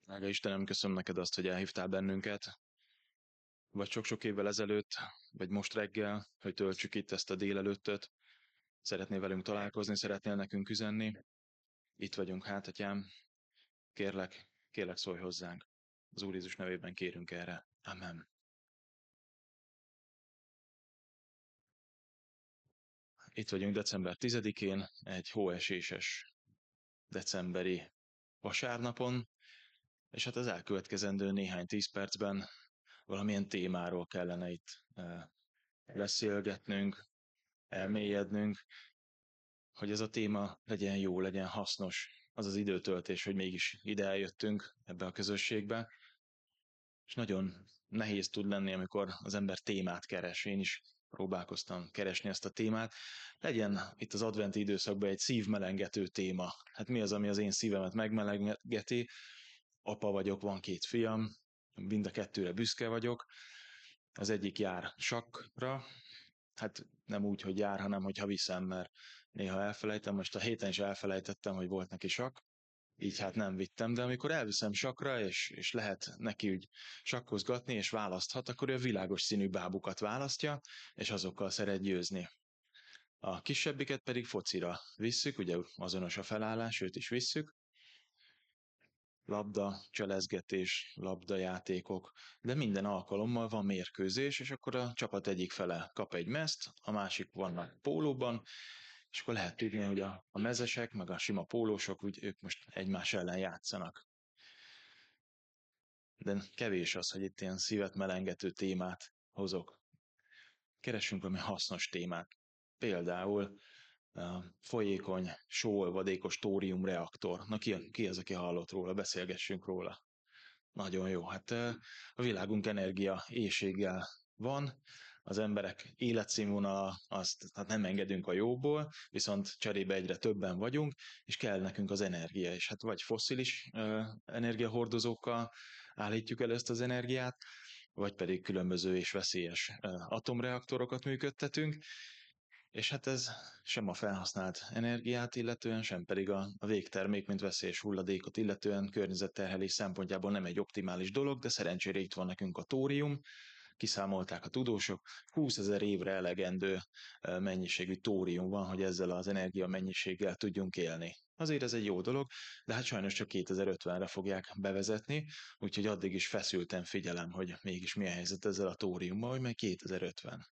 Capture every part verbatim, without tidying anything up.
Drága Istenem, köszönöm neked azt, hogy elhívtál bennünket, vagy sok-sok évvel ezelőtt, vagy most reggel, hogy töltsük itt ezt a délelőttöt. Szeretnél velünk találkozni, szeretnél nekünk üzenni. Itt vagyunk, hát, atyám. Kérlek, kérlek szólj hozzánk. Az Úr Jézus nevében kérünk erre. Amen. Itt vagyunk december tizedikén, egy hóeséses decemberi vasárnapon, és hát az elkövetkezendő néhány tíz percben valamilyen témáról kellene itt eh, beszélgetnünk, elmélyednünk, hogy ez a téma legyen jó, legyen hasznos, az az időtöltés, hogy mégis ide eljöttünk ebbe a közösségbe, és nagyon nehéz tud lenni, amikor az ember témát keres. Én is próbálkoztam keresni ezt a témát. Legyen itt az adventi időszakban egy szívmelengető téma. Hát mi az, ami az én szívemet megmelengeti? Apa vagyok, van két fiam, mind a kettőre büszke vagyok. Az egyik jár sakkra, hát nem úgy, hogy jár, hanem hogyha viszem, mert néha elfelejtem. Most a héten is elfelejtettem, hogy volt neki sakk, így hát nem vittem, de amikor elviszem sakkra, és, és lehet neki úgy sakkozgatni, és választhat, akkor ő a világos színű bábukat választja, és azokkal szeret győzni. A kisebbiket pedig focira visszük, ugye azonos a felállás, őt is visszük, labda, cselezgetés, labdajátékok, de minden alkalommal van mérkőzés, és akkor a csapat egyik fele kap egy mezt, a másik vannak pólóban, és akkor lehet tudni, hogy a, a mezesek, meg a sima pólósok, úgy ők most egymás ellen játszanak. De kevés az, hogy itt ilyen szívet melengető témát hozok. Keressünk valami hasznos témát. Például a folyékony, sóolvadékos tóriumreaktor. Na ki, ki az, aki hallott róla? Beszélgessünk róla. Nagyon jó. Hát a világunk energia éhséggel van, az emberek életszínvonala, azt hát nem engedünk a jóból, viszont cserébe egyre többen vagyunk, és kell nekünk az energia, és hát vagy fosszilis uh, energiahordozókkal állítjuk el ezt az energiát, vagy pedig különböző és veszélyes uh, atomreaktorokat működtetünk, és hát ez sem a felhasznált energiát illetően, sem pedig a, a végtermék, mint veszélyes hulladékot illetően környezetterhelés szempontjából nem egy optimális dolog, de szerencsére itt van nekünk a tórium, kiszámolták a tudósok, húszezer évre elegendő mennyiségű tórium van, hogy ezzel az energia mennyiséggel tudjunk élni. Azért ez egy jó dolog, de hát sajnos csak kétezer-ötvenre fogják bevezetni, úgyhogy addig is feszülten figyelem, hogy mégis mi a helyzet ezzel a tóriummal, hogy meg kétezer-ötven.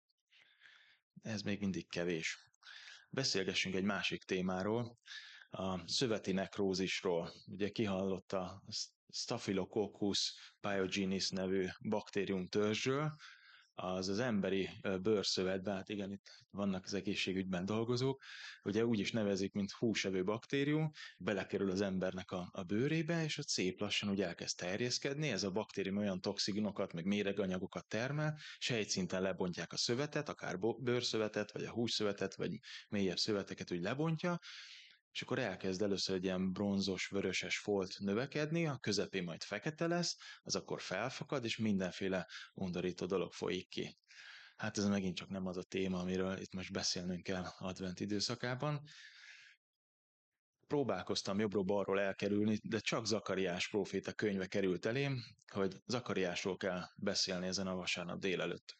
Ez még mindig kevés. Beszélgessünk egy másik témáról, a szöveti nekrózisról. Ugye kihallott a Staphylococcus pyogenes nevű baktérium törzsről, az az emberi bőrszövetben, hát igen, itt vannak az egészségügyben dolgozók, ugye úgy is nevezik, mint húsevő baktérium, belekerül az embernek a, a bőrébe, és ott szép lassan úgy elkezd terjeszkedni, ez a baktérium olyan toxinokat, meg méreganyagokat termel, sejtszinten lebontják a szövetet, akár bőrszövetet, vagy a hússzövetet, vagy mélyebb szöveteket úgy lebontja, és akkor elkezd először egy ilyen bronzos, vöröses folt növekedni, a közepén majd fekete lesz, az akkor felfakad, és mindenféle undorító dolog folyik ki. Hát ez megint csak nem az a téma, amiről itt most beszélnünk kell advent időszakában. Próbálkoztam jobbról-balról elkerülni, de csak Zakariás próféta könyve került elém, hogy Zakariásról kell beszélni ezen a vasárnap délelőtt.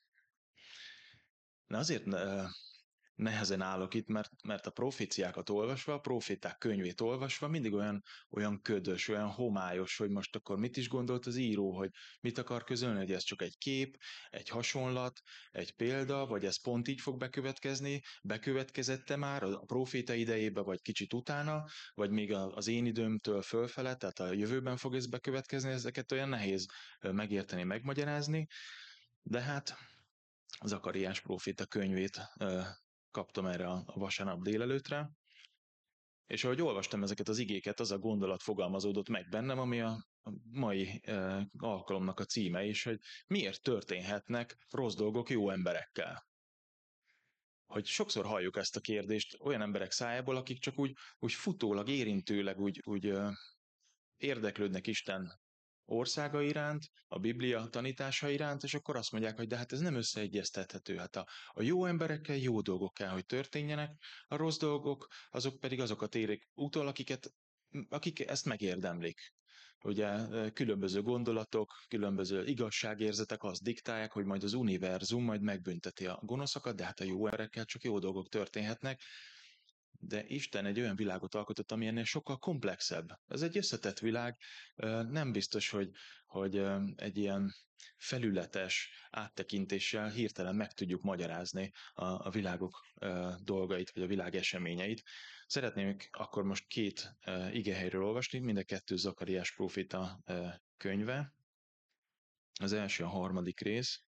Na azért nehezen állok itt, mert, mert a proféciákat olvasva, a proféták könyvét olvasva mindig olyan, olyan ködös, olyan homályos, hogy most akkor mit is gondolt az író, hogy mit akar közölni, hogy ez csak egy kép, egy hasonlat, egy példa, vagy ez pont így fog bekövetkezni, bekövetkezette már a proféta idejébe, vagy kicsit utána, vagy még az én időmtől fölfele, tehát a jövőben fog ez bekövetkezni, ezeket olyan nehéz megérteni, megmagyarázni, de hát Zakariás próféta könyvét kaptam erre a vasárnap délelőtre, és ahogy olvastam ezeket az igéket, az a gondolat fogalmazódott meg bennem, ami a mai eh, alkalomnak a címe is, hogy miért történhetnek rossz dolgok jó emberekkel. Hogy sokszor halljuk ezt a kérdést olyan emberek szájából, akik csak úgy, úgy futólag, érintőleg úgy, úgy eh, érdeklődnek Isten országa iránt, a Biblia tanítása iránt, és akkor azt mondják, hogy de hát ez nem összeegyeztethető. Hát a, a jó emberekkel jó dolgok kell, hogy történjenek, a rossz dolgok, azok pedig azokat érik utol, akiket, akik ezt megérdemlik. ugye különböző gondolatok, különböző igazságérzetek azt diktálják, hogy majd az univerzum majd megbünteti a gonoszokat, de hát a jó emberekkel csak jó dolgok történhetnek. De Isten egy olyan világot alkotott, ami ennél sokkal komplexebb. Ez egy összetett világ, nem biztos, hogy, hogy egy ilyen felületes áttekintéssel hirtelen meg tudjuk magyarázni a, a világok dolgait, vagy a világ eseményeit. Szeretném akkor most két igehelyről olvasni, mind a kettő Zakariás próféta könyve. Az első a harmadik rész.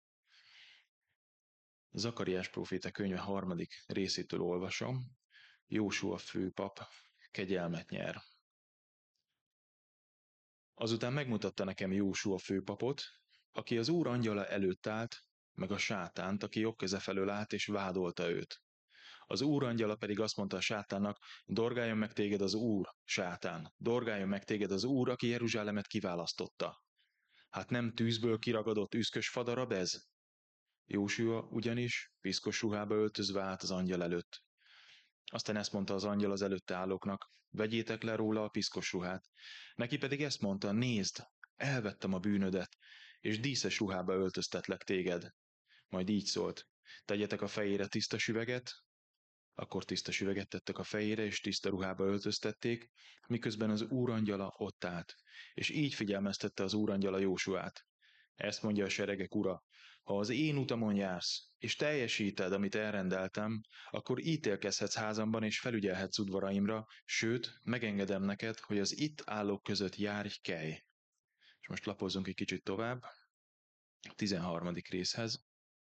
Zakariás próféta könyve harmadik részétől olvasom. Jósua főpap kegyelmet nyer. Azután megmutatta nekem Jósua főpapot, aki az Úr angyala előtt állt, meg a sátánt, aki jobb keze felől állt, és vádolta őt. Az Úr angyala pedig azt mondta a sátánnak, dorgáljon meg téged az Úr, sátán, dorgáljon meg téged az Úr, aki Jeruzsálemet kiválasztotta. Hát nem tűzből kiragadott üszkös fadarab ez? Jósua ugyanis piszkos ruhába öltözve állt az angyal előtt. Aztán ezt mondta az angyal az előtte állóknak, vegyétek le róla a piszkos ruhát. Neki pedig ezt mondta, nézd, elvettem a bűnödet, és díszes ruhába öltöztetlek téged. Majd így szólt, tegyetek a fejére tiszta süveget, akkor tiszta süveget tettek a fejére, és tiszta ruhába öltöztették, miközben az úrangyala ott állt, és így figyelmeztette az úrangyala Jósuát. Ezt mondja a seregek ura, ha az én utamon jársz, és teljesíted, amit elrendeltem, akkor ítélkezhetsz házamban, és felügyelhetsz udvaraimra, sőt, megengedem neked, hogy az itt állók között járj, kelj. És most lapozzunk egy kicsit tovább, a tizenharmadik részhez.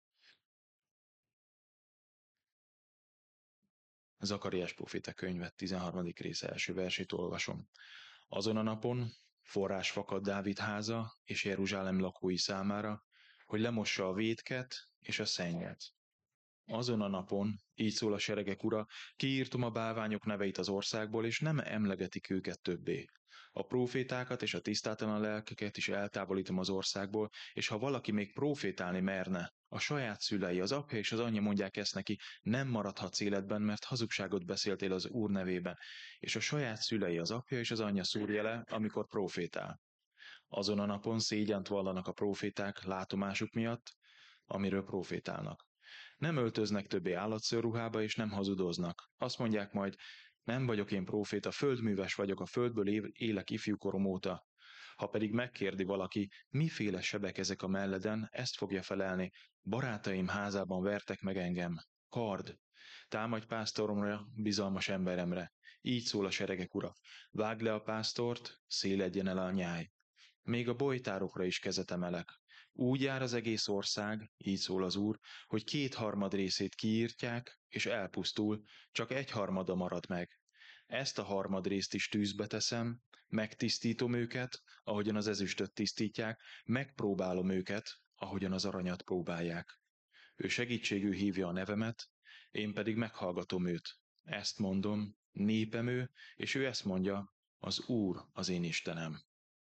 Zakariás próféta könyve tizenharmadik része első versét olvasom. Azon a napon forrás fakad Dávid háza és Jeruzsálem lakói számára, hogy lemossa a vétket és a szennyet. Azon a napon, így szól a seregek ura, kiírtom a bálványok neveit az országból, és nem emlegetik őket többé. A prófétákat és a tisztátalan lelkeket is eltávolítom az országból, és ha valaki még prófétálni merne, a saját szülei, az apja és az anyja mondják ezt neki, nem maradhatsz életben, mert hazugságot beszéltél az Úr nevében, és a saját szülei, az apja és az anyja szúrja le, amikor prófétál. Azon a napon szégyent vallanak a próféták látomásuk miatt, amiről prófétálnak. Nem öltöznek többé állatszőruhába, és nem hazudoznak. Azt mondják majd, nem vagyok én próféta, földműves vagyok, a földből élek ifjúkorom óta. Ha pedig megkérdi valaki, miféle sebek ezek a melleden, ezt fogja felelni, barátaim házában vertek meg engem. Kard, támadj pásztoromra, bizalmas emberemre. Így szól a seregek ura. Vágd le a pásztort, széledjen el a nyáj. Még a bojtárokra is kezet emelek. Úgy jár az egész ország, így szól az Úr, hogy kétharmad részét kiírtják, és elpusztul, csak egyharmada marad meg. Ezt a harmadrészt is tűzbe teszem, megtisztítom őket, ahogyan az ezüstöt tisztítják, megpróbálom őket, ahogyan az aranyat próbálják. Ő segítségül hívja a nevemet, én pedig meghallgatom őt. Ezt mondom, népem ő, és ő ezt mondja, az Úr az én Istenem.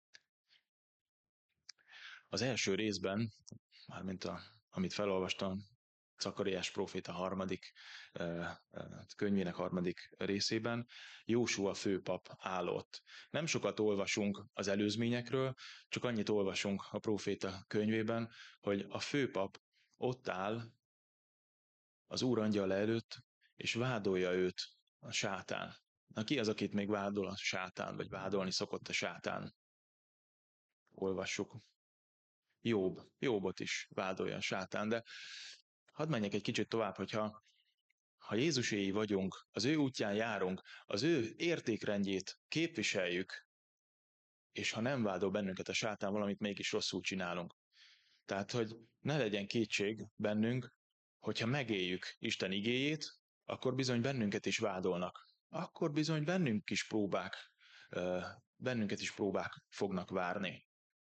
Az első részben, mármint a, amit felolvastam, Zakariás próféta harmadik könyvének harmadik részében, Jósua főpap állott. Nem sokat olvasunk az előzményekről, csak annyit olvasunk a próféta könyvében, hogy a főpap ott áll az Úr angyala előtt, és vádolja őt a sátán. Na ki az, akit még vádol a sátán, vagy vádolni szokott a sátán? Olvassuk. Jobb, Jobbot is vádolja a sátán, de hadd menjek egy kicsit tovább, hogyha ha Jézuséi vagyunk, az ő útján járunk, az ő értékrendjét képviseljük, és ha nem vádol bennünket a sátán, valamit mégis rosszul csinálunk. Tehát, hogy ne legyen kétség bennünk, hogyha megéljük Isten igéjét, akkor bizony bennünket is vádolnak. Akkor bizony bennünk is próbák, bennünket is próbák fognak várni.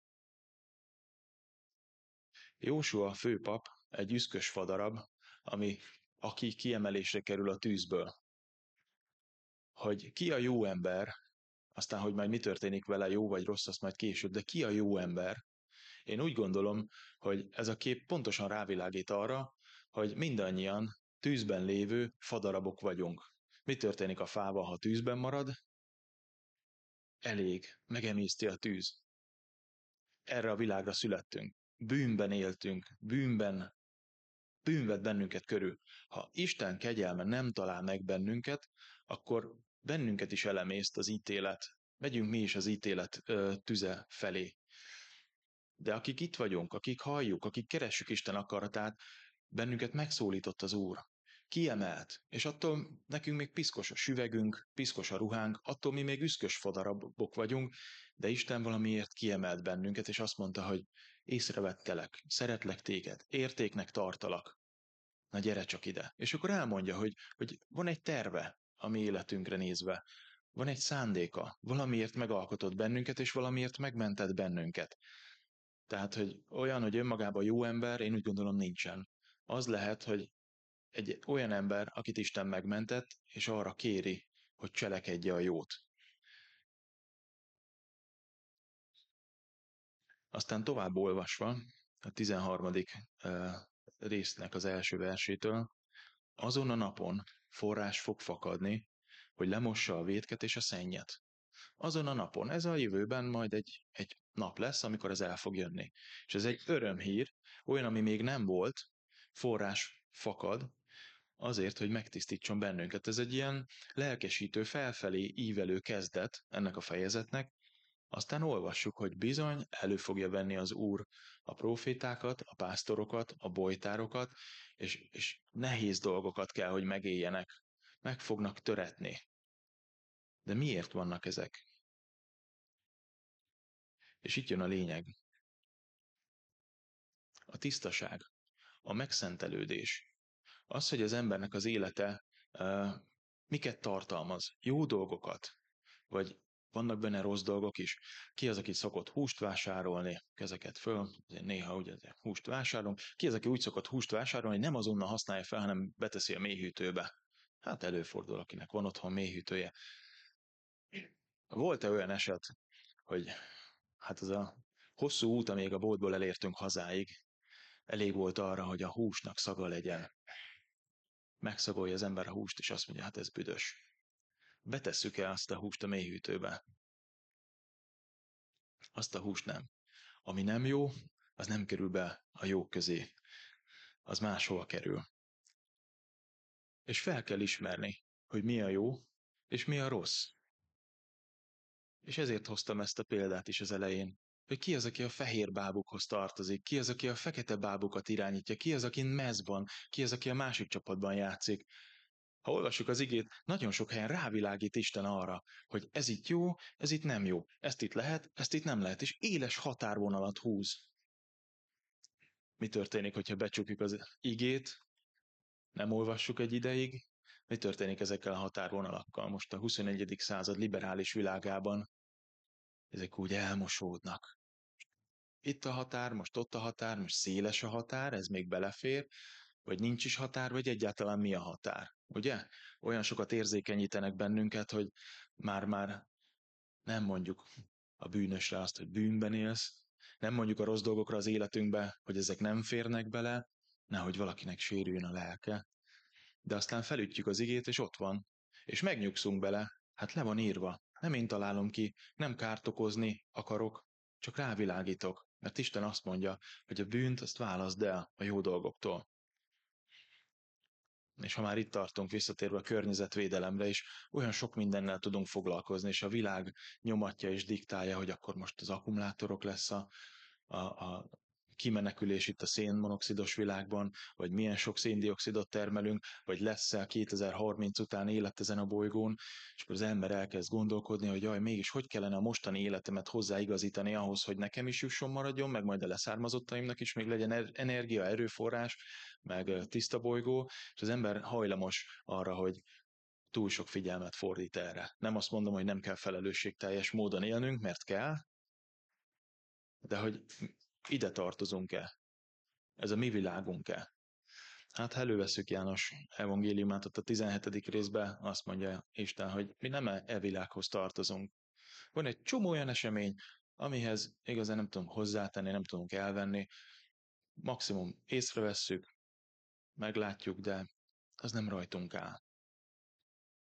Jósua főpap egy üszkös fadarab, ami, aki kiemelésre kerül a tűzből. Hogy ki a jó ember, aztán, hogy majd mi történik vele, jó vagy rossz, azt majd később, de ki a jó ember? Én úgy gondolom, hogy ez a kép pontosan rávilágít arra, hogy mindannyian tűzben lévő fadarabok vagyunk. Mi történik a fával, ha tűzben marad? elég, megemészti a tűz. Erre a világra születtünk. Bűnben éltünk, bűnben, bűn vett bennünket körül. Ha Isten kegyelme nem talál meg bennünket, akkor bennünket is elemészt az ítélet. Megyünk mi is az ítélet ö, tüze felé. De akik itt vagyunk, akik halljuk, akik keressük Isten akaratát, bennünket megszólított az Úr. Kiemelt, és attól nekünk még piszkos a süvegünk, piszkos a ruhánk, attól mi még üszkös fadarabok vagyunk, de Isten valamiért kiemelt bennünket, és azt mondta, hogy észrevettelek, szeretlek téged, értéknek tartalak, na gyere csak ide. És akkor elmondja, hogy, hogy van egy terve a mi életünkre nézve, van egy szándéka, valamiért megalkotott bennünket, és valamiért megmentett bennünket. Tehát, hogy olyan, hogy önmagában jó ember, én úgy gondolom nincsen. Az lehet, hogy egy olyan ember, akit Isten megmentett, és arra kéri, hogy cselekedje a jót. Aztán tovább olvasva, a tizenharmadik uh, résznek az első versétől, azon a napon forrás fog fakadni, hogy lemossa a vétket és a szennyet. Azon a napon, ez a jövőben majd egy, egy nap lesz, amikor ez el fog jönni. És ez egy örömhír, olyan, ami még nem volt, forrás fakad, azért, hogy megtisztítson bennünket. Ez egy ilyen lelkesítő, felfelé ívelő kezdet ennek a fejezetnek, aztán olvassuk, hogy bizony elő fogja venni az Úr a profétákat, a pásztorokat, a bojtárokat, és, és nehéz dolgokat kell, hogy megéljenek. Meg fognak töretni. De miért vannak ezek? És itt jön a lényeg. A tisztaság, a megszentelődés. Az, hogy az embernek az élete uh, miket tartalmaz? Jó dolgokat, vagy vannak benne rossz dolgok is. Ki az, aki szokott húst vásárolni, kezeket föl, néha ugye húst vásárolunk. Ki az, aki úgy szokott húst vásárolni, hogy nem azonnal használja fel, hanem beteszi a mélyhűtőbe. Hát előfordul, akinek van otthon mélyhűtője. Volt-e olyan eset, hogy hát az a hosszú út, amíg a boltból elértünk hazáig, elég volt arra, hogy a húsnak szaga legyen. Megszagolja az ember a húst, és azt mondja, hát ez büdös. Betesszük-e azt a húst a mélyhűtőbe? Azt a húst nem. Ami nem jó, az nem kerül be a jók közé. Az máshova kerül. És fel kell ismerni, hogy mi a jó, és mi a rossz. És ezért hoztam ezt a példát is az elején, hogy ki az, aki a fehér bábukhoz tartozik, ki az, aki a fekete bábukat irányítja, ki az, aki mezban, ki az, aki a másik csapatban játszik. Ha olvassuk az igét, nagyon sok helyen rávilágít Isten arra, hogy ez itt jó, ez itt nem jó, ezt itt lehet, ezt itt nem lehet, és éles határvonalat húz. Mi történik, hogyha becsukjuk az igét, nem olvassuk egy ideig? Mi történik ezekkel a határvonalakkal most a huszonegyedik század liberális világában? Ezek úgy elmosódnak. Itt a határ, most ott a határ, most széles a határ, ez még belefér, vagy nincs is határ, vagy egyáltalán mi a határ, ugye? Olyan sokat érzékenyítenek bennünket, hogy már-már nem mondjuk a bűnösre azt, hogy bűnben élsz, nem mondjuk a rossz dolgokra az életünkbe, hogy ezek nem férnek bele, nehogy valakinek sérüljön a lelke. De aztán felütjük az igét, és ott van. És megnyugszunk bele, hát le van írva. Nem én találom ki, nem kárt okozni akarok, csak rávilágítok, mert Isten azt mondja, hogy a bűnt azt válaszd el a jó dolgoktól. És ha már itt tartunk, visszatérve a környezetvédelemre is, olyan sok mindennel tudunk foglalkozni, és a világ nyomatja és diktálja, hogy akkor most az akkumulátorok lesz a, a, a kimenekülés itt a szénmonoxidos világban, vagy milyen sok széndioxidot termelünk, vagy lesz-e kétezer-harminc után élet ezen a bolygón, és akkor az ember elkezd gondolkodni, hogy jaj, mégis hogy kellene a mostani életemet hozzáigazítani ahhoz, hogy nekem is jusson maradjon, meg majd a leszármazottaimnak is még legyen er- energia, erőforrás, meg tiszta bolygó, és az ember hajlamos arra, hogy túl sok figyelmet fordít erre. Nem azt mondom, hogy nem kell felelősségteljes módon élnünk, mert kell, de hogy ide tartozunk-e? Ez a mi világunk-e? Hát ha előveszük János evangéliumát, ott a tizenhetedik részben azt mondja Isten, hogy mi nem e világhoz tartozunk. Van egy csomó olyan esemény, amihez igazán nem tudunk hozzátenni, nem tudunk elvenni. Maximum észrevesszük, meglátjuk, de az nem rajtunk áll.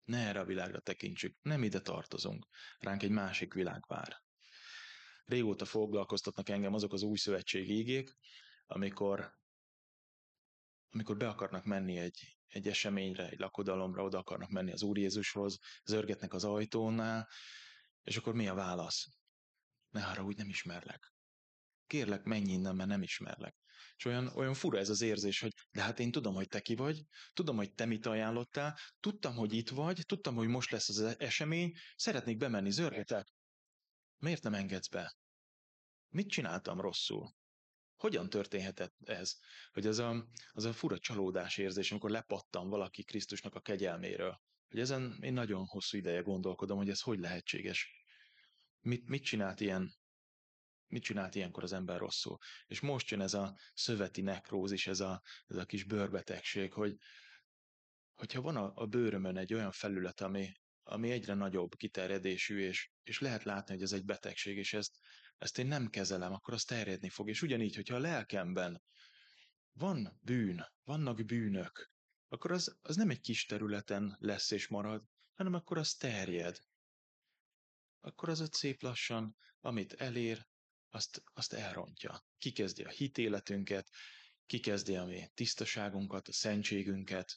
Ne erre a világra tekintsük, nem ide tartozunk, ránk egy másik világ vár. Régóta foglalkoztatnak engem azok az új szövetségi igék, amikor, amikor be akarnak menni egy, egy eseményre, egy lakodalomra, oda akarnak menni az Úr Jézushoz, zörgetnek az ajtónál, és akkor mi a válasz? Ne haragudj, nem ismerlek. Kérlek, menj innen, mert nem ismerlek. És olyan, olyan fura ez az érzés, hogy de hát én tudom, hogy te ki vagy, tudom, hogy te mit ajánlottál, tudtam, hogy itt vagy, tudtam, hogy most lesz az esemény, szeretnék bemenni, zörgetek. Miért nem engedsz be? Mit csináltam rosszul? Hogyan történhetett ez? Hogy az a, az a fura csalódás érzés, amikor lepattan valaki Krisztusnak a kegyelméről. Hogy ezen én nagyon hosszú ideje gondolkodom, hogy ez hogy lehetséges. Mit, mit csinált ilyen mit csinált ilyenkor az ember rosszul. És most jön ez a szöveti nekrózis, ez a, ez a kis bőrbetegség, hogy hogyha van a, a bőrömön egy olyan felület, ami, ami egyre nagyobb kiterjedésű, és, és lehet látni, hogy ez egy betegség, és ezt, ezt én nem kezelem, akkor az terjedni fog. És ugyanígy, hogyha a lelkemben van bűn, vannak bűnök, akkor az, az nem egy kis területen lesz és marad, hanem akkor az terjed. Akkor az ott szép lassan, amit elér, azt, azt elrontja. Kikezdi a hitéletünket, kikezdi a mi tisztaságunkat, a szentségünket.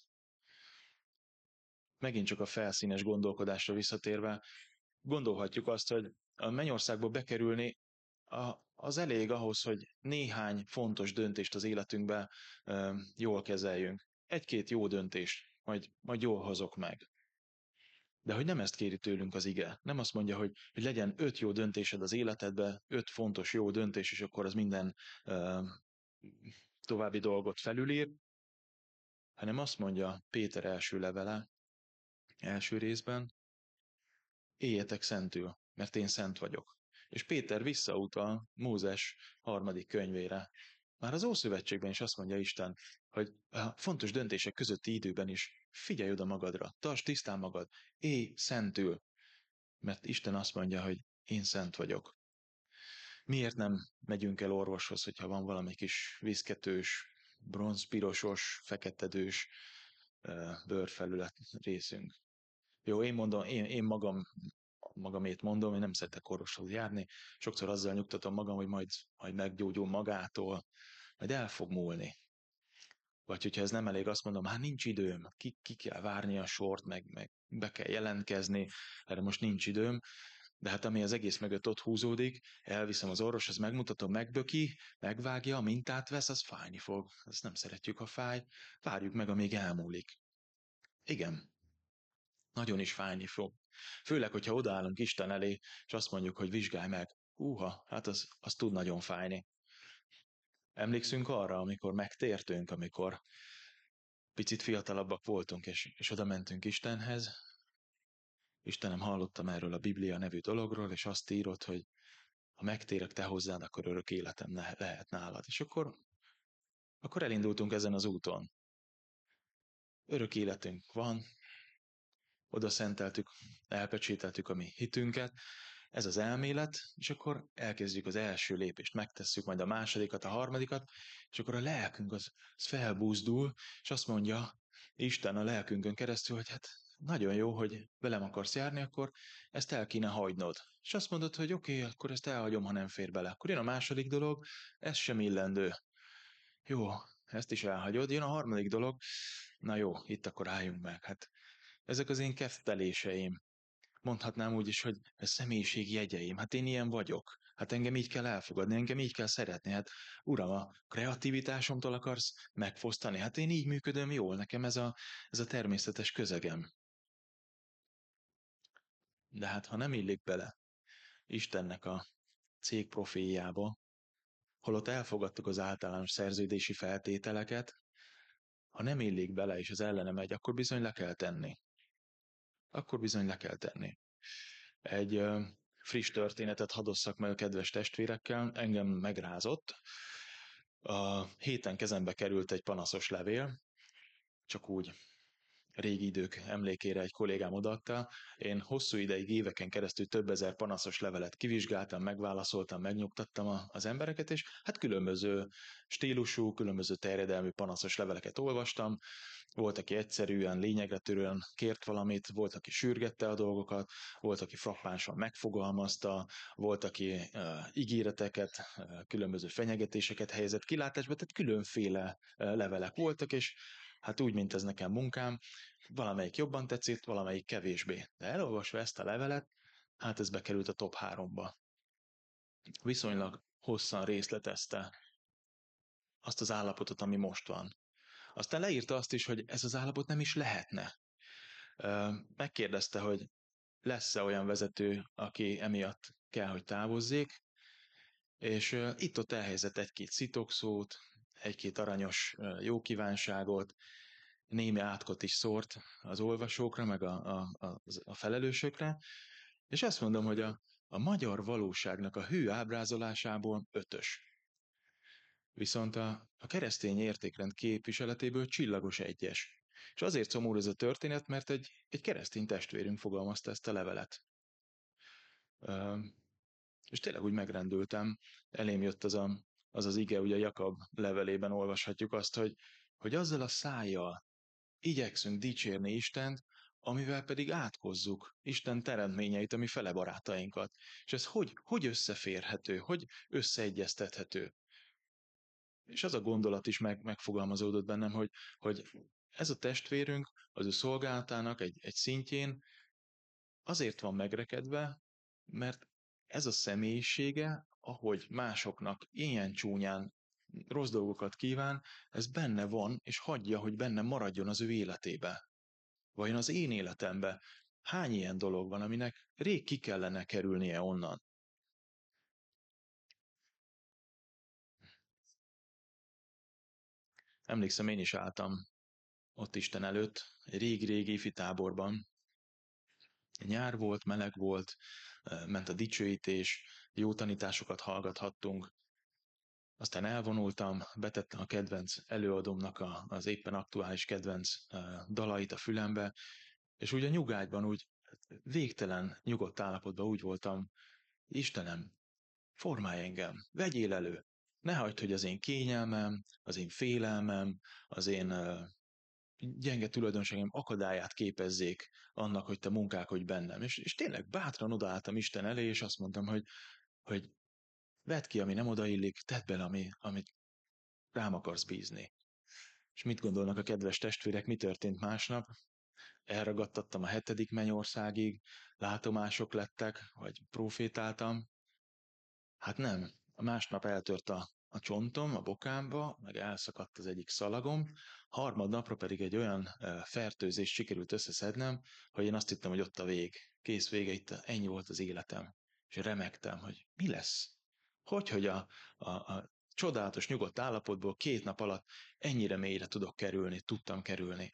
Megint csak a felszínes gondolkodásra visszatérve, gondolhatjuk azt, hogy a mennyországba bekerülni a, az elég ahhoz, hogy néhány fontos döntést az életünkben e, jól kezeljünk. Egy-két jó döntést majd, majd jól hozok meg. De hogy nem ezt kéri tőlünk az ige. Nem azt mondja, hogy, hogy legyen öt jó döntésed az életedbe, öt fontos jó döntés, és akkor az minden uh, további dolgot felülír, hanem azt mondja Péter első levele, első részben, éljetek szentül, mert én szent vagyok. És Péter visszautal Mózes harmadik könyvére. Már az Ószövetségben is azt mondja Isten, hogy a fontos döntések közötti időben is figyelj oda magadra, tartsd tisztán magad, élj szentül, mert Isten azt mondja, hogy én szent vagyok. Miért nem megyünk el orvoshoz, hogyha van valami kis viszketős, bronzpirosos, feketedős bőrfelület részünk? Jó, én mondom, én, én magam, magamét mondom, én nem szeretek orvoshoz járni, sokszor azzal nyugtatom magam, hogy majd, majd meggyógyul magától, majd el fog múlni. Vagy hogyha ez nem elég, azt mondom, hát nincs időm, ki, ki kell várni a sort, meg, meg be kell jelentkezni, erre most nincs időm, de hát ami az egész mögött ott húzódik, elviszem az orvoshoz, megmutatom, megböki, megvágja, mintát vesz, az fájni fog. Ezt nem szeretjük, ha fáj. Várjuk meg, amíg elmúlik. Igen, nagyon is fájni fog. Főleg, hogyha odaállunk Isten elé, és azt mondjuk, hogy vizsgálj meg. Húha, hát az, az tud nagyon fájni. Emlékszünk arra, amikor megtértünk, amikor picit fiatalabbak voltunk, és, és oda mentünk Istenhez. Istenem, hallottam erről a Biblia nevű dologról, és azt írott, hogy ha megtérek te hozzád, akkor örök életem ne, lehet nálad. És akkor, akkor elindultunk ezen az úton. Örök életünk van, oda szenteltük, elpecsételtük a mi hitünket, ez az elmélet, és akkor elkezdjük az első lépést, megtesszük majd a másodikat, a harmadikat, és akkor a lelkünk az, az felbúzdul, és azt mondja Isten a lelkünkön keresztül, hogy hát nagyon jó, hogy velem akarsz járni, akkor ezt el kéne hagynod. És azt mondod, hogy oké, okay, akkor ezt elhagyom, ha nem fér bele. Akkor jön a második dolog, ez sem illendő. Jó, ezt is elhagyod. Jön a harmadik dolog, na jó, itt akkor álljunk meg. Hát ezek az én kefteléseim. Mondhatnám úgy is, hogy a személyiség jegyeim. Hát én ilyen vagyok. Hát engem így kell elfogadni, engem így kell szeretni. Hát uram, a kreativitásomtól akarsz megfosztani? Hát én így működöm jól, nekem ez a, ez a természetes közegem. De hát ha nem illik bele Istennek a cég profiljába, holott elfogadtuk az általános szerződési feltételeket, ha nem illik bele és az ellene megy, akkor bizony le kell tenni. Akkor bizony le kell tenni. Egy ö, friss történetet hadosszak meg a kedves testvérekkel, engem megrázott. A héten kezembe került egy panaszos levél, csak úgy régi idők emlékére egy kollégám odaadta. Én hosszú ideig, éveken keresztül több ezer panaszos levelet kivizsgáltam, megválaszoltam, megnyugtattam a, az embereket, és hát különböző stílusú, különböző terjedelmű panaszos leveleket olvastam. Volt, aki egyszerűen, lényegre törően kért valamit, volt, aki sürgette a dolgokat, volt, aki frappánsan megfogalmazta, volt, aki uh, ígéreteket, uh, különböző fenyegetéseket helyezett kilátásba, tehát különféle uh, levelek voltak, és hát úgy, mint ez nekem munkám, valamelyik jobban tetszett, valamelyik kevésbé. De elolvasva ezt a levelet, hát ez bekerült a top háromba. Viszonylag hosszan részletezte azt az állapotot, ami most van. Aztán leírta azt is, hogy ez az állapot nem is lehetne. Megkérdezte, hogy lesz-e olyan vezető, aki emiatt kell, hogy távozzék, és itt-ott elhelyezett egy-két szitokszót, egy-két aranyos jókívánságot, némi átkot is szórt az olvasókra, meg a, a, a, a felelősökre, és azt mondom, hogy a, a magyar valóságnak a hű ábrázolásából ötös. Viszont a, a keresztény értékrend képviseletéből csillagos egyes. És azért szomorú ez a történet, mert egy, egy keresztény testvérünk fogalmazta ezt a levelet. Ö, és tényleg úgy megrendültem, elém jött az a, az, az ige, ugye Jakab levelében olvashatjuk azt, hogy, hogy azzal a szájjal igyekszünk dicsérni Istent, amivel pedig átkozzuk Isten teremtményeit, ami fele barátainkat. És ez hogy, hogy összeférhető, hogy összeegyeztethető? És az a gondolat is meg, megfogalmazódott bennem, hogy, hogy ez a testvérünk az ő szolgálatának egy, egy szintjén azért van megrekedve, mert ez a személyisége, ahogy másoknak ilyen csúnyán rossz dolgokat kíván, ez benne van, és hagyja, hogy benne maradjon az ő életébe. Vajon az én életemben hány ilyen dolog van, aminek rég ki kellene kerülnie onnan? Emlékszem, én is álltam ott Isten előtt, egy régi-régi ifi táborban. Nyár volt, meleg volt, ment a dicsőítés, jó tanításokat hallgathattunk. Aztán elvonultam, betettem a kedvenc előadómnak a, az éppen aktuális kedvenc dalait a fülembe, és úgy a nyugágyban, úgy végtelen nyugodt állapotban úgy voltam, Istenem, formálj engem, vegyél elő, ne hagyd, hogy az én kényelmem, az én félelmem, az én uh, gyenge tulajdonságom akadályát képezzék annak, hogy te munkálkodj bennem. És, és tényleg bátran odaálltam Isten elé, és azt mondtam, hogy, hogy vedd ki, ami nem odaillik, tedd bele, ami, amit rám akarsz bízni. És mit gondolnak a kedves testvérek, mi történt másnap? Elragadtattam a hetedik mennyországig, látomások lettek, vagy profétáltam. Hát nem, a másnap eltört a, a csontom a bokámba, meg elszakadt az egyik szalagom, harmadnapra pedig egy olyan e, fertőzést sikerült összeszednem, hogy én azt hittem, hogy ott a vég. Kész vége, itt ennyi volt az életem. És remegtem, hogy mi lesz? Hogy, hogy a, a, a csodálatos, nyugodt állapotból két nap alatt ennyire mélyre tudok kerülni, tudtam kerülni.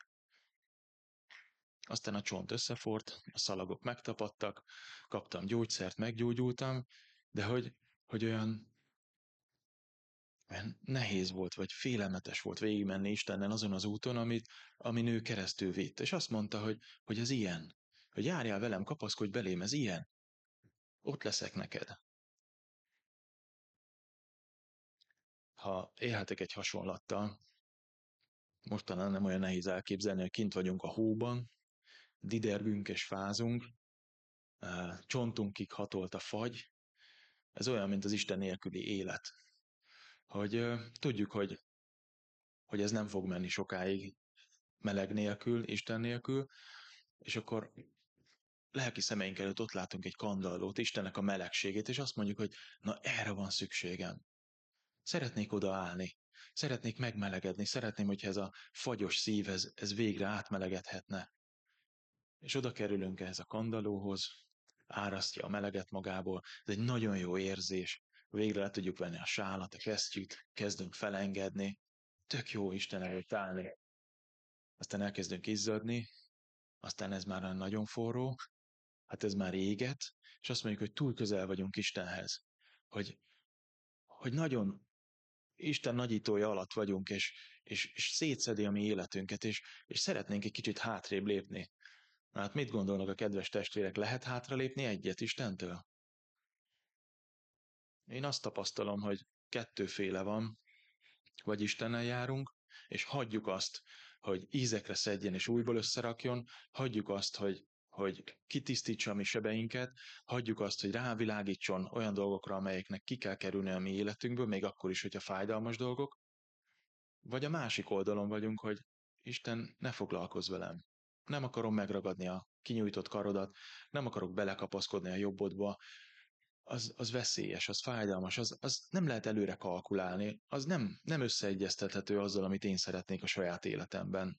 Aztán a csont összefort, a szalagok megtapadtak, kaptam gyógyszert, meggyógyultam, de hogy, hogy olyan nehéz volt, vagy félelmetes volt végigmenni Istennel azon az úton, amit, amin ő keresztül vitt. És azt mondta, hogy, hogy ez ilyen, hogy járjál velem, kapaszkodj belém, ez ilyen. Ott leszek neked. Ha élhetek egy hasonlattal, mostanában nem olyan nehéz elképzelni, hogy kint vagyunk a hóban, didergünk és fázunk, csontunkig hatolt a fagy, ez olyan, mint az Isten nélküli élet. Hogy tudjuk, hogy, hogy ez nem fog menni sokáig meleg nélkül, Isten nélkül, és akkor lelki szemeink előtt ott látunk egy kandallót, Istennek a melegségét, és azt mondjuk, hogy na erre van szükségem. Szeretnék odaállni, szeretnék megmelegedni, szeretném, hogyha ez a fagyos szív, ez, ez végre átmelegedhetne. És oda kerülünk ehhez a kandallóhoz, árasztja a meleget magából, ez egy nagyon jó érzés, végre le tudjuk venni a sálat, a kesztyűt, kezdünk felengedni, tök jó Isten előtt állni. Aztán elkezdünk izzadni, aztán ez már nagyon forró, hát ez már éget, és azt mondjuk, hogy túl közel vagyunk Istenhez. Hogy, hogy nagyon Isten nagyítója alatt vagyunk, és, és, és szétszedi a mi életünket, és, és szeretnénk egy kicsit hátrébb lépni. Hát mit gondolnak a kedves testvérek, lehet hátralépni egyet Istentől? Én azt tapasztalom, hogy kettőféle van, vagy Istennel járunk, és hagyjuk azt, hogy ízekre szedjen és újból összerakjon, hagyjuk azt, hogy, hogy kitisztítsa a mi sebeinket, hagyjuk azt, hogy rávilágítson olyan dolgokra, amelyeknek ki kell kerülni a mi életünkből, még akkor is, hogyha fájdalmas dolgok, vagy a másik oldalon vagyunk, hogy Isten, ne foglalkozz velem. Nem akarom megragadni a kinyújtott karodat, nem akarok belekapaszkodni a jobbodba, az, az veszélyes, az fájdalmas, az, az nem lehet előre kalkulálni, az nem, nem összeegyeztethető azzal, amit én szeretnék a saját életemben.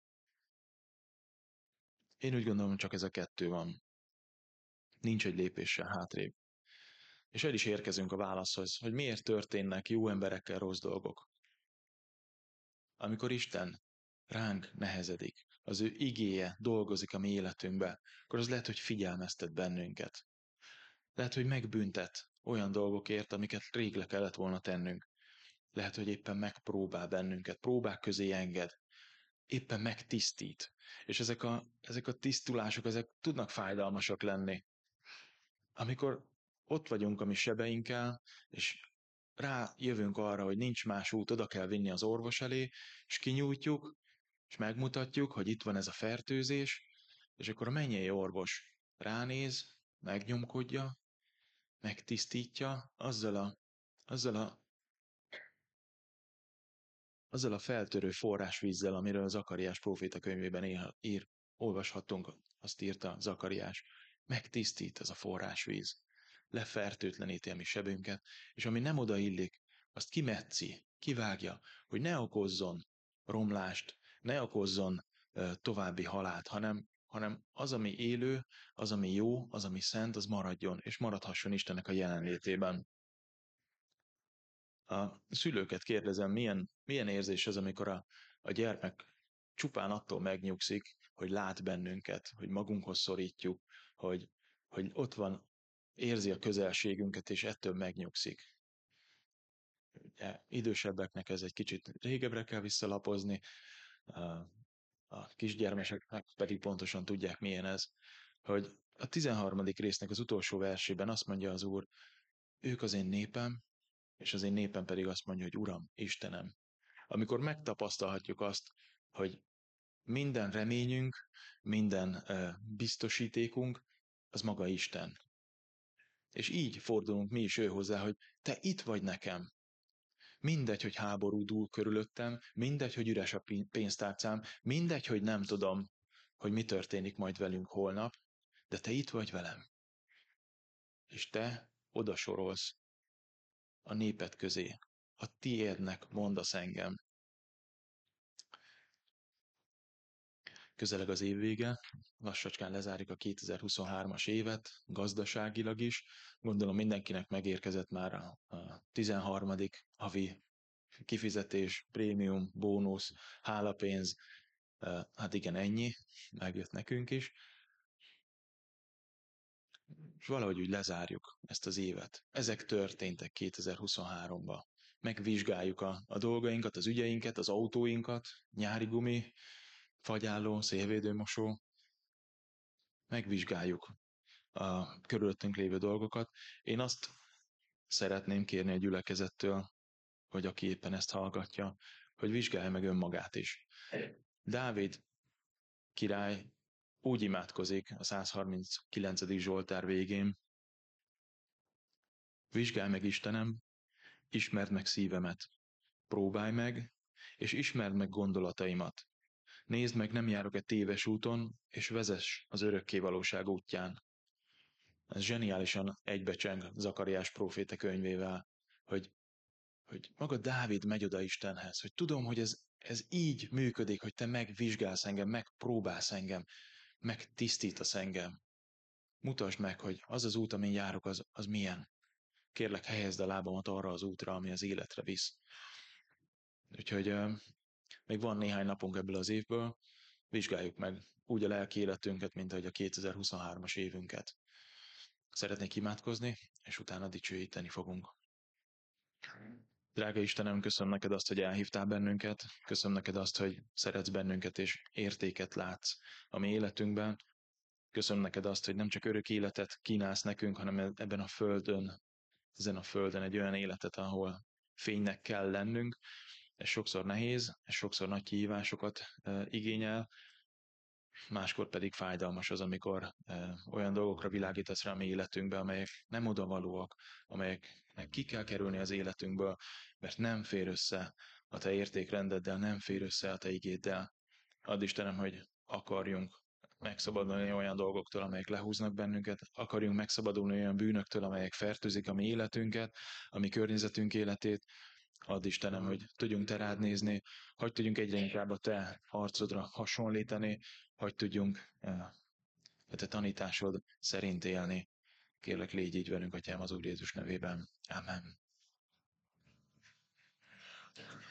Én úgy gondolom, csak ez a kettő van. Nincs egy lépéssel hátrébb. És el is érkezünk a válaszhoz, hogy miért történnek jó emberekkel rossz dolgok. Amikor Isten ránk nehezedik, az ő igéje dolgozik a mi életünkbe, akkor az lehet, hogy figyelmeztet bennünket. Lehet, hogy megbüntet olyan dolgokért, amiket rég le kellett volna tennünk. Lehet, hogy éppen megpróbál bennünket, próbák közé enged, éppen megtisztít. És ezek a, ezek a tisztulások, ezek tudnak fájdalmasak lenni. Amikor ott vagyunk a mi sebeinkkel, és rájövünk arra, hogy nincs más út, oda kell vinni az orvos elé, és kinyújtjuk, és megmutatjuk, hogy itt van ez a fertőzés, és akkor a mennyei orvos ránéz, megnyomkodja, megtisztítja, azzal a, azzal a azzal a feltörő forrásvízzel, amiről Zakariás próféta könyvében él, ír, olvashattunk, azt írta Zakariás, megtisztít ez a forrásvíz, lefertőtleníti a mi sebünket, és ami nem odaillik, azt kimetszi, kivágja, hogy ne okozzon romlást, ne okozzon uh, további halált, hanem, hanem az, ami élő, az, ami jó, az, ami szent, az maradjon, és maradhasson Istennek a jelenlétében. A szülőket kérdezem, milyen, milyen érzés az, amikor a, a gyermek csupán attól megnyugszik, hogy lát bennünket, hogy magunkhoz szorítjuk, hogy, hogy ott van, érzi a közelségünket, és ettől megnyugszik. Ugye, idősebbeknek ez egy kicsit régebbre kell visszalapozni, a kisgyermekek pedig pontosan tudják, milyen ez, hogy a tizenharmadik résznek az utolsó versében azt mondja az Úr, ők az én népem, és az én népem pedig azt mondja, hogy Uram, Istenem. Amikor megtapasztalhatjuk azt, hogy minden reményünk, minden uh, biztosítékunk, az maga Isten. És így fordulunk mi is ő hozzá, hogy te itt vagy nekem. Mindegy, hogy háború dúl körülöttem, mindegy, hogy üres a pénztárcám, mindegy, hogy nem tudom, hogy mi történik majd velünk holnap, de te itt vagy velem. És te oda sorolsz a néped közé. A tiédnek mondasz engem. Közeleg az év vége, lassacskán lezárjuk a kétezer-huszonhármas évet, gazdaságilag is. Gondolom mindenkinek megérkezett már a tizenharmadik havi kifizetés, prémium, bónusz, hálapénz, hát igen, ennyi, megjött nekünk is. És valahogy úgy lezárjuk ezt az évet. Ezek történtek kétezer-huszonháromban. Megvizsgáljuk a, a dolgainkat, az ügyeinket, az autóinkat, nyári gumi, fagyálló, szélvédőmosó. Megvizsgáljuk a körülöttünk lévő dolgokat. Én azt szeretném kérni a gyülekezettől, hogy aki éppen ezt hallgatja, hogy vizsgálja meg önmagát is. Dávid király úgy imádkozik a százharminckilencedik Zsoltár végén, vizsgálj meg Istenem, ismerd meg szívemet, próbálj meg, és ismerd meg gondolataimat. Nézd meg, nem járok-e téves úton, és vezess az örökké valóság útján. Ez zseniálisan egybecseng Zakariás próféta könyvével, hogy, hogy maga Dávid megy oda Istenhez, hogy tudom, hogy ez, ez így működik, hogy te megvizsgálsz engem, megpróbálsz engem, megtisztítasz engem. Mutasd meg, hogy az az út, amin járok, az, az milyen. Kérlek, helyezd a lábamat arra az útra, ami az életre visz. Úgyhogy euh, még van néhány napunk ebből az évből, vizsgáljuk meg úgy a lelki életünket, mint ahogy a kétezer-huszonhármas évünket. Szeretnék imádkozni, és utána dicsőíteni fogunk. Drága Istenem, köszönöm neked azt, hogy elhívtál bennünket, köszönöm neked azt, hogy szeretsz bennünket és értéket látsz a mi életünkben. Köszönöm neked azt, hogy nem csak örök életet kínálsz nekünk, hanem e- ebben a földön, ezen a földön egy olyan életet, ahol fénynek kell lennünk. Ez sokszor nehéz, ez sokszor nagy kihívásokat e, igényel, máskor pedig fájdalmas az, amikor e, olyan dolgokra világítasz rá a mi életünkbe, amelyek nem odavalóak, amelyeknek ki kell kerülni az életünkből, mert nem fér össze a te értékrendeddel, nem fér össze a te igéddel. Add Istenem, hogy akarjunk megszabadulni olyan dolgoktól, amelyek lehúznak bennünket, akarjunk megszabadulni olyan bűnöktől, amelyek fertőzik a mi életünket, a mi környezetünk életét. Add Istenem, hogy tudjunk te rád nézni, hogy tudjunk egyre inkább a te arcodra hasonlítani, hogy tudjunk eh, a te tanításod szerint élni. Kérlek, légy így velünk, Atyám, az Úr Jézus nevében. Amen.